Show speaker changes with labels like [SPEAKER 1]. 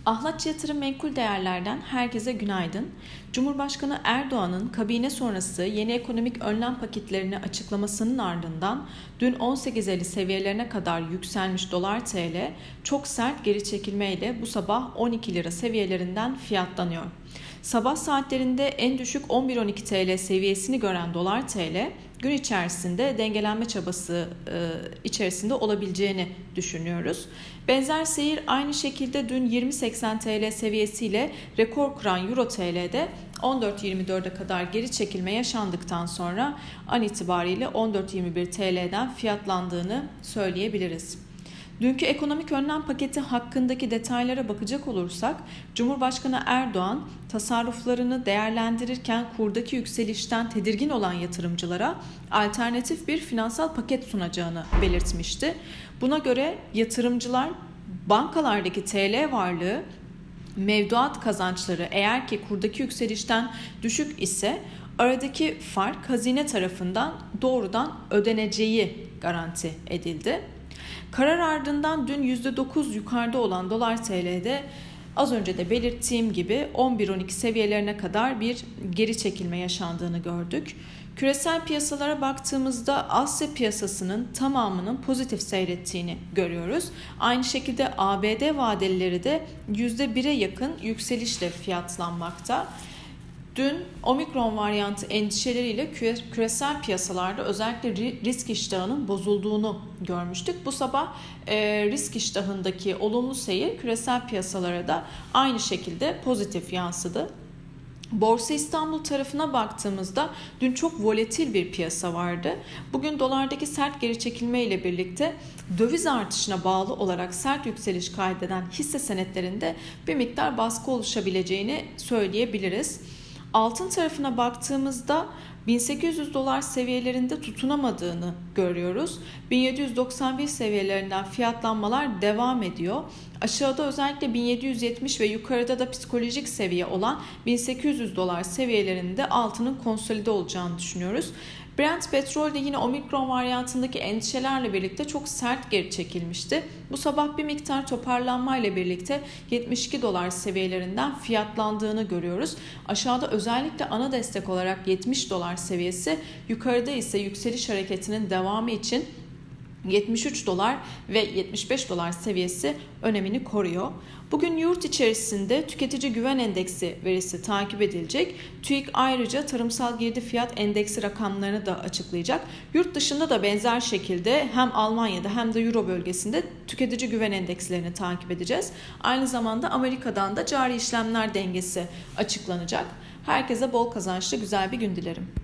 [SPEAKER 1] Ahlatçı Yatırım Menkul Değerler'den herkese günaydın. Cumhurbaşkanı Erdoğan'ın kabine sonrası yeni ekonomik önlem paketlerini açıklamasının ardından dün 18.50 seviyelerine kadar yükselmiş dolar TL çok sert geri çekilmeyle bu sabah 12 lira seviyelerinden fiyatlanıyor. Sabah saatlerinde en düşük 11-12 TL seviyesini gören dolar TL gün içerisinde dengelenme çabası içerisinde olabileceğini düşünüyoruz. Benzer seyir aynı şekilde dün 20.80 TL seviyesiyle rekor kıran Euro TL'de 14.24'e kadar geri çekilme yaşandıktan sonra an itibariyle 14.21 TL'den fiyatlandığını söyleyebiliriz. Dünkü ekonomik önlem paketi hakkındaki detaylara bakacak olursak, Cumhurbaşkanı Erdoğan tasarruflarını değerlendirirken kurdaki yükselişten tedirgin olan yatırımcılara alternatif bir finansal paket sunacağını belirtmişti. Buna göre yatırımcılar bankalardaki TL varlığı, mevduat kazançları eğer ki kurdaki yükselişten düşük ise aradaki fark hazine tarafından doğrudan ödeneceği garanti edildi. Karar ardından dün %9 yukarıda olan dolar TL'de az önce de belirttiğim gibi 11-12 seviyelerine kadar bir geri çekilme yaşandığını gördük. Küresel piyasalara baktığımızda Asya piyasasının tamamının pozitif seyrettiğini görüyoruz. Aynı şekilde ABD vadelileri de %1'e yakın yükselişle fiyatlanmakta. Dün omikron varyantı endişeleriyle küresel piyasalarda özellikle risk iştahının bozulduğunu görmüştük. Bu sabah risk iştahındaki olumlu seyir küresel piyasalara da aynı şekilde pozitif yansıdı. Borsa İstanbul tarafına baktığımızda dün çok volatil bir piyasa vardı. Bugün dolardaki sert geri çekilme ile birlikte döviz artışına bağlı olarak sert yükseliş kaydeden hisse senetlerinde bir miktar baskı oluşabileceğini söyleyebiliriz. Altın tarafına baktığımızda 1800 dolar seviyelerinde tutunamadığını görüyoruz. 1791 seviyelerinden fiyatlanmalar devam ediyor. Aşağıda özellikle 1770 ve yukarıda da psikolojik seviye olan 1800 dolar seviyelerinde altının konsolide olacağını düşünüyoruz. Brent petrol de yine omikron varyantındaki endişelerle birlikte çok sert geri çekilmişti. Bu sabah bir miktar toparlanma ile birlikte 72 dolar seviyelerinden fiyatlandığını görüyoruz. Aşağıda özellikle ana destek olarak 70 dolar seviyesi, yukarıda ise yükseliş hareketinin devamı için 73 dolar ve 75 dolar seviyesi önemini koruyor. Bugün yurt içerisinde tüketici güven endeksi verisi takip edilecek. TÜİK ayrıca tarımsal girdi fiyat endeksi rakamlarını da açıklayacak. Yurt dışında da benzer şekilde hem Almanya'da hem de Euro bölgesinde tüketici güven endekslerini takip edeceğiz. Aynı zamanda Amerika'dan da cari işlemler dengesi açıklanacak. Herkese bol kazançlı güzel bir gün dilerim.